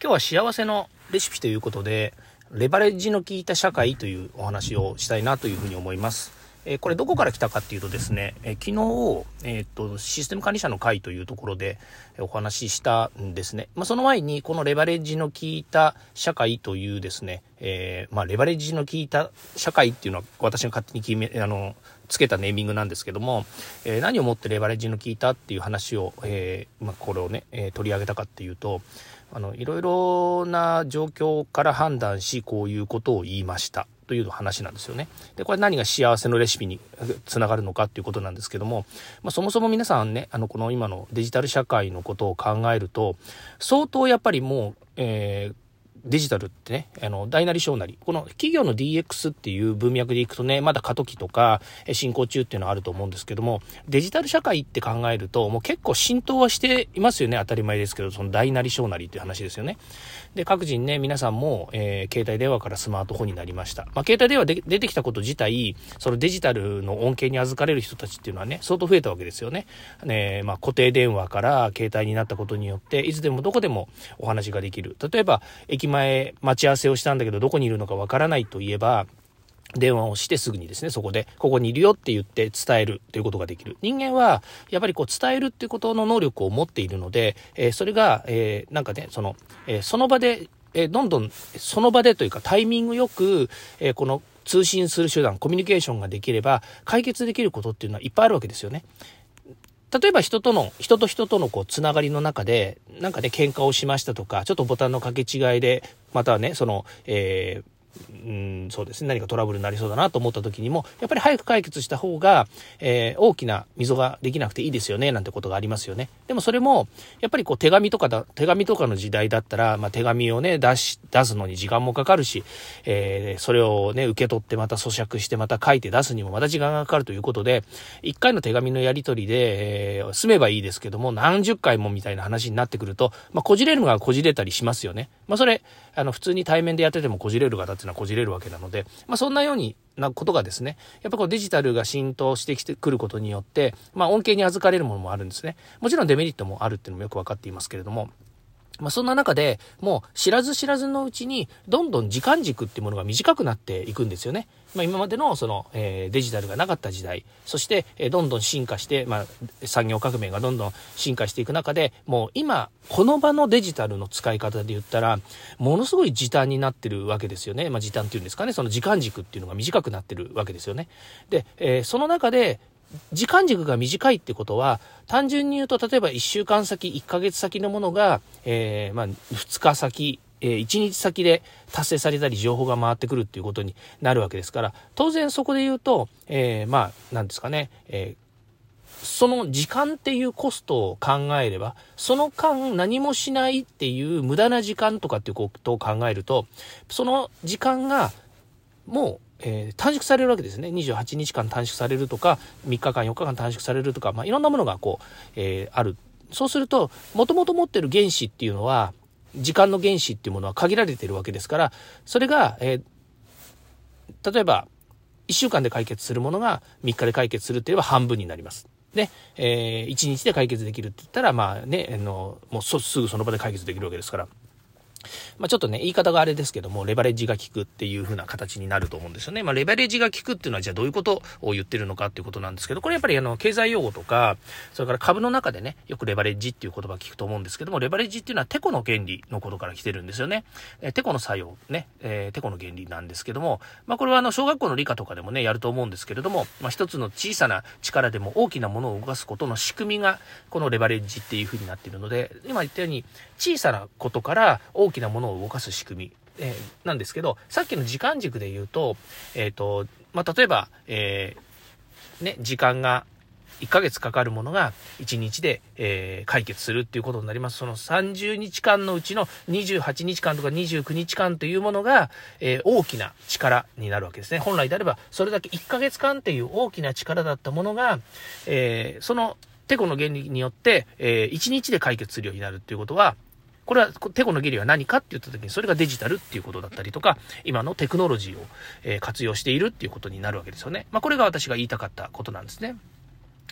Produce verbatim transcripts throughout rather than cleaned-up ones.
今日は幸せのレシピということで、レバレッジの効いた社会というお話をしたいなというふうに思います。えー、これどこから来たかっていうとですね、えー、昨日、えー、っとシステム管理者の会というところでお話ししたんですね。まあ、その前にこのレバレッジの効いた社会というですね、えー、まあレバレッジの効いた社会っていうのは私が勝手に決めあのつけたネーミングなんですけども、えー、何をもってレバレッジの効いたっていう話を、えーまあ、これをね、えー、取り上げたかっていうと、あのいろいろな状況から判断しこういうことを言いましたという話なんですよね。でこれ何が幸せのレシピにつながるのかっていうことなんですけども、まあ、そもそも皆さんね、あのこの今のデジタル社会のことを考えると相当やっぱりもう、えーデジタルってね、あの大なり小なり、この企業の ディーエックス っていう文脈でいくとね、まだ過渡期とか進行中っていうのはあると思うんですけども、デジタル社会って考えるともう結構浸透はしていますよね。当たり前ですけど、その大なり小なりっていう話ですよね。で各人ね、皆さんも、えー、携帯電話からスマートフォンになりました。まあ、携帯電話で出てきたこと自体、そのデジタルの恩恵に預かれる人たちっていうのはね、相当増えたわけですよね。ね、まあ、固定電話から携帯になったことによって、いつでもどこでもお話ができる。例えば駅前待ち合わせをしたんだけどどこにいるのかわからないといえば、電話をしてすぐにですね、そこでここにいるよって言って伝えるということができる。人間はやっぱりこう伝えるっていうことの能力を持っているので、えー、それが、えー、なんかね、その、えー、その場で、えー、どんどんその場でというかタイミングよく、えー、この通信する手段、コミュニケーションができれば解決できることっていうのはいっぱいあるわけですよね。例えば人との、人と人とのこうつながりの中で、なんかね、喧嘩をしましたとか、ちょっとボタンの掛け違いで、またはね、その、えー、うん、そうですね、何かトラブルになりそうだなと思った時にも、やっぱり早く解決した方が、えー、大きな溝ができなくていいですよね、なんてことがありますよね。でもそれも、やっぱりこう手紙とかだ、手紙とかの時代だったら、まあ手紙をね、出し、出すのに時間もかかるし、えー、それをね、受け取ってまた咀嚼してまた書いて出すにもまた時間がかかるということで、一回の手紙のやり取りで、えー、済めばいいですけども、何十回もみたいな話になってくると、まあこじれるのがこじれたりしますよね。まあそれ、あの普通に対面でやっててもこじれる方っていうのはこじれるわけなので、まあそんなようになことがですね、やっぱこうデジタルが浸透してきてくることによって、まあ恩恵に預かれるものもあるんですね。もちろんデメリットもあるっていうのもよくわかっていますけれども、まあそんな中でもう知らず知らずのうちにどんどん時間軸っていうものが短くなっていくんですよね。まあ今までのその、えー、デジタルがなかった時代、そして、えー、どんどん進化して、まあ産業革命がどんどん進化していく中で、もう今この場のデジタルの使い方で言ったらものすごい時短になってるわけですよね。まあ時短っていうんですかね、その時間軸っていうのが短くなってるわけですよね。で、えー、その中で時間軸が短いってことは、単純に言うと、例えばいっしゅうかん先、いっかげつ先のものが、えー、まあ、ふつか先、えー、いちにち先で達成されたり、情報が回ってくるっていうことになるわけですから、当然そこで言うと、えー、まあ、なんですかね、えー、その時間っていうコストを考えれば、その間何もしないっていう無駄な時間とかっていうことを考えると、その時間がもう、えー、短縮されるわけですね。にじゅうはちにちかん短縮されるとか、みっかかんよっかかん短縮されるとか、まあ、いろんなものがこう、えー、ある。そうすると、もともと持ってる原子っていうのは、時間の原子っていうものは限られているわけですから、それが、えー、例えばいっしゅうかんで解決するものがみっかで解決するって言えば半分になります。で、えー、いちにちで解決できるって言ったら、まあね、あのもうすぐその場で解決できるわけですから。まあちょっとね、言い方があれですけども、レバレッジが効くっていう風な形になると思うんですよね。まあレバレッジが効くっていうのはじゃあどういうことを言ってるのかっていうことなんですけど、これやっぱりあの経済用語とか、それから株の中でね、よくレバレッジっていう言葉聞くと思うんですけども、レバレッジっていうのはテコの原理のことから来てるんですよね。えー、テコの作用ね、えー、テコの原理なんですけども、まあこれはあの小学校の理科とかでもね、やると思うんですけれども、まあ一つの小さな力でも大きなものを動かすことの仕組みがこのレバレッジっていう風になっているので、今言ったように小さなことから大きなものを動かす仕組み、えー、なんですけど、さっきの時間軸で言うと、えっと、まあ、例えば、えー、ね、時間がいっかげつかかるものがいちにちで、えー、解決するっていうことになります。そのさんじゅうにちかんのうちのにじゅうはちにちかんとかにじゅうくにちかんというものが、えー、大きな力になるわけですね。本来であれば、それだけいっかげつかんっていう大きな力だったものが、えー、そのテコの原理によって、えー、いちにちで解決するようになるっていうことは、これはテコの原理は何かって言った時に、それがデジタルっていうことだったりとか、今のテクノロジーを、えー、活用しているっていうことになるわけですよね。まあこれが私が言いたかったことなんですね。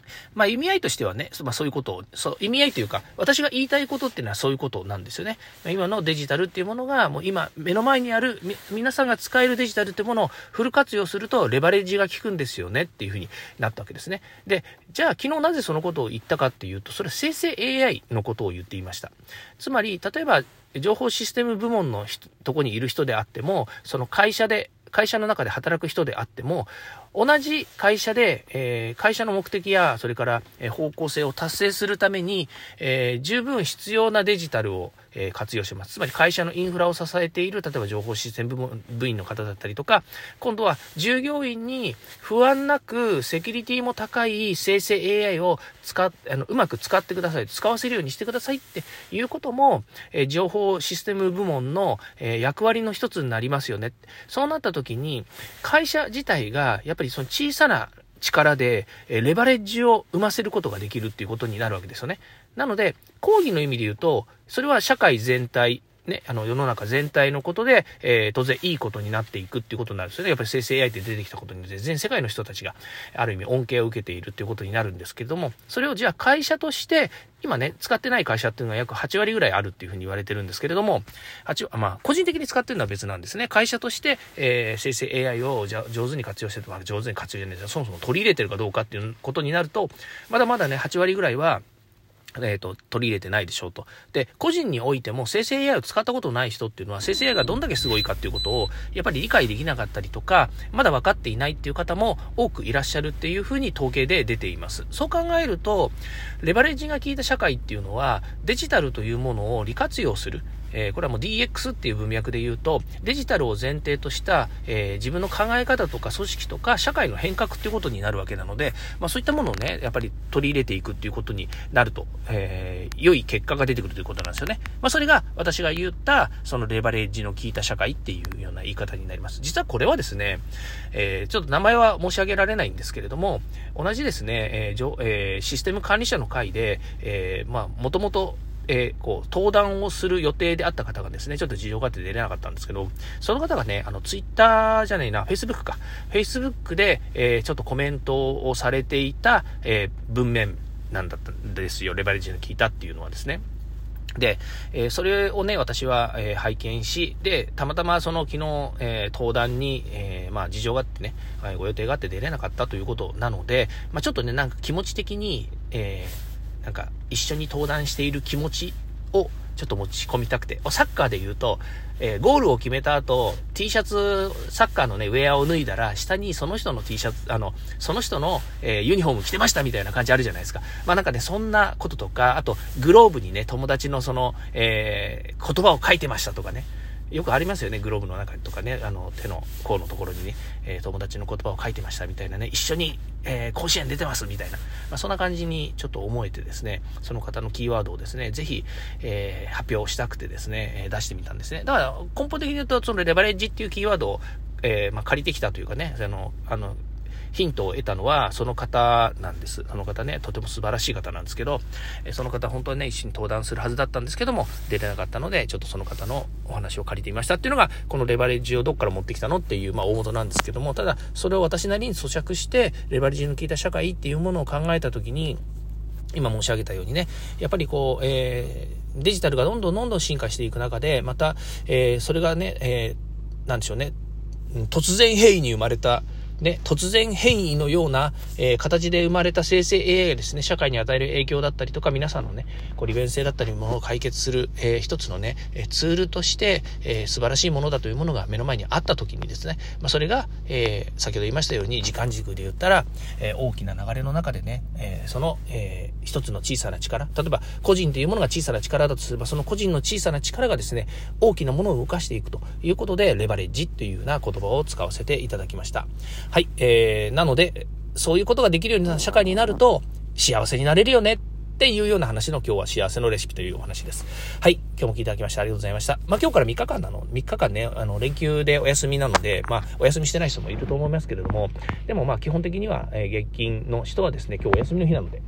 まあ意味合いとしてはね、まあそういうことを、そう、意味合いというか、私が言いたいことっていうのはそういうことなんですよね。今のデジタルっていうものが、もう今目の前にある、皆さんが使えるデジタルっていうものをフル活用するとレバレッジが効くんですよねっていうふうになったわけですね。で、じゃあ昨日なぜそのことを言ったかっていうと、それは生成 エーアイ のことを言っていました。つまり、例えば情報システム部門のとこにいる人であっても、その会社で、会社の中で働く人であっても、同じ会社で、えー、会社の目的や、それから、えー、方向性を達成するために、えー、十分必要なデジタルを、えー、活用しています。つまり会社のインフラを支えている、例えば情報システム部門、部員の方だったりとか、今度は従業員に不安なくセキュリティも高い生成 エーアイ を使っ、あの、うまく使ってください、使わせるようにしてくださいっていうことも、えー、情報システム部門の、えー、役割の一つになりますよね。そうなった時に、会社自体が、やっぱりやっぱりその小さな力でレバレッジを生ませることができるっていうことになるわけですよね。なので、講義の意味で言うと、それは社会全体、ね、あの世の中全体のことで、えー、当然いいことになっていくっていうことになるんですよね。やっぱり生成 エーアイ って出てきたことによって全世界の人たちがある意味恩恵を受けているっていうことになるんですけれども、それをじゃあ会社として今ね使ってない会社っていうのは約はちわりぐらいあるっていうふうに言われてるんですけれども、はちまあ個人的に使ってるのは別なんですね。会社として、えー、生成 エーアイ をじゃ上手に活用してる、まあ、上手に活用じゃないですか、そもそも取り入れてるかどうかっていうことになると、まだまだねはちわりぐらいはえっと、取り入れてないでしょうと。で、個人においても生成 エーアイ を使ったことない人っていうのは、生成 エーアイ がどんだけすごいかっていうことを、やっぱり理解できなかったりとか、まだ分かっていないっていう方も多くいらっしゃるっていうふうに統計で出ています。そう考えると、レバレッジが効いた社会っていうのは、デジタルというものを利活用する。えー、これはもう ディーエックス っていう文脈で言うと、デジタルを前提とした、えー、自分の考え方とか組織とか社会の変革っていうことになるわけなので、まあそういったものをね、やっぱり取り入れていくっていうことになると、えー、良い結果が出てくるということなんですよね。まあそれが私が言った、そのレバレッジの効いた社会っていうような言い方になります。実はこれはですね、えー、ちょっと名前は申し上げられないんですけれども、同じですね、えーえー、システム管理者の会で、えー、まあもともとえー、こう、登壇をする予定であった方がですね、ちょっと事情があって出れなかったんですけど、その方がね、あの、ツイッターじゃないな、フェイスブックか。フェイスブックで、えー、ちょっとコメントをされていた、えー、文面なんだったんですよ。レバレッジの効いたっていうのはですね。で、えー、それをね、私は、えー、拝見し、で、たまたまその昨日、えー、登壇に、えー、まあ事情があってね、ご予定があって出れなかったということなので、まあちょっとね、なんか気持ち的に、えーなんか一緒に登壇している気持ちをちょっと持ち込みたくて、サッカーで言うと、えー、ゴールを決めた後 T シャツ、サッカーのねウェアを脱いだら下にその人の T シャツ、あのその人の、えー、ユニフォーム着てましたみたいな感じあるじゃないですか。まあなんかねそんなこととか、あとグローブにね友達のその、えー、言葉を書いてましたとかね。よくありますよね、グローブの中とかね、あの手の甲のところにね、えー、友達の言葉を書いてましたみたいなね、一緒に、えー、甲子園出てますみたいな、まあ、そんな感じにちょっと思えてですね、その方のキーワードをですね、ぜひ、えー、発表したくてですね、えー、出してみたんですね。だから根本的に言うと、そのレバレッジっていうキーワードを、えーまあ、借りてきたというかね、あの、あの、ヒントを得たのはその方なんです。その方ね、とても素晴らしい方なんですけど、えその方本当はね、一緒に登壇するはずだったんですけども、出れなかったので、ちょっとその方のお話を借りてみましたっていうのが、このレバレッジをどっから持ってきたのっていう、まあ大元なんですけども、ただ、それを私なりに咀嚼して、レバレッジの効いた社会っていうものを考えたときに、今申し上げたようにね、やっぱりこう、えー、デジタルがどんどんどんどん進化していく中で、また、えー、それがね、えー、なんでしょうね、突然変異に生まれた、ね、突然変異のような、えー、形で生まれた生成 エーアイ がですね、社会に与える影響だったりとか、皆さんのね、こう利便性だったりものを解決する、えー、一つのね、えー、ツールとして、えー、素晴らしいものだというものが目の前にあった時にですね、まあ、それが、えー、先ほど言いましたように、時間軸で言ったら、えー、大きな流れの中でね、えー、その、えー、一つの小さな力、例えば個人というものが小さな力だとすれば、その個人の小さな力がですね、大きなものを動かしていくということで、レバレッジというような言葉を使わせていただきました。はい、えー、なので、そういうことができるような社会になると、幸せになれるよねっていうような話の今日は幸せのレシピというお話です。はい、今日も聞いていただきましてありがとうございました。まあ今日からみっかかんなの、みっかかんね、あの連休でお休みなので、まあお休みしてない人もいると思いますけれども、でもまあ基本的には、えー、月金の人はですね、今日お休みの日なので、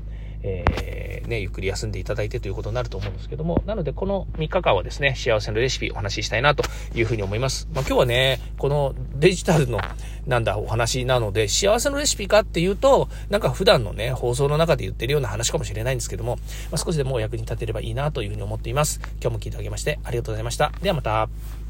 えー、ね、ゆっくり休んでいただいてということになると思うんですけども、なのでこのみっかかんはですね、幸せのレシピお話ししたいなというふうに思います。まあ、今日はね、このデジタルのなんだお話なので、幸せのレシピかっていうと、なんか普段のね、放送の中で言ってるような話かもしれないんですけども、まあ、少しでもお役に立てればいいなというふうに思っています。今日も聞いてあげましてありがとうございました。ではまた。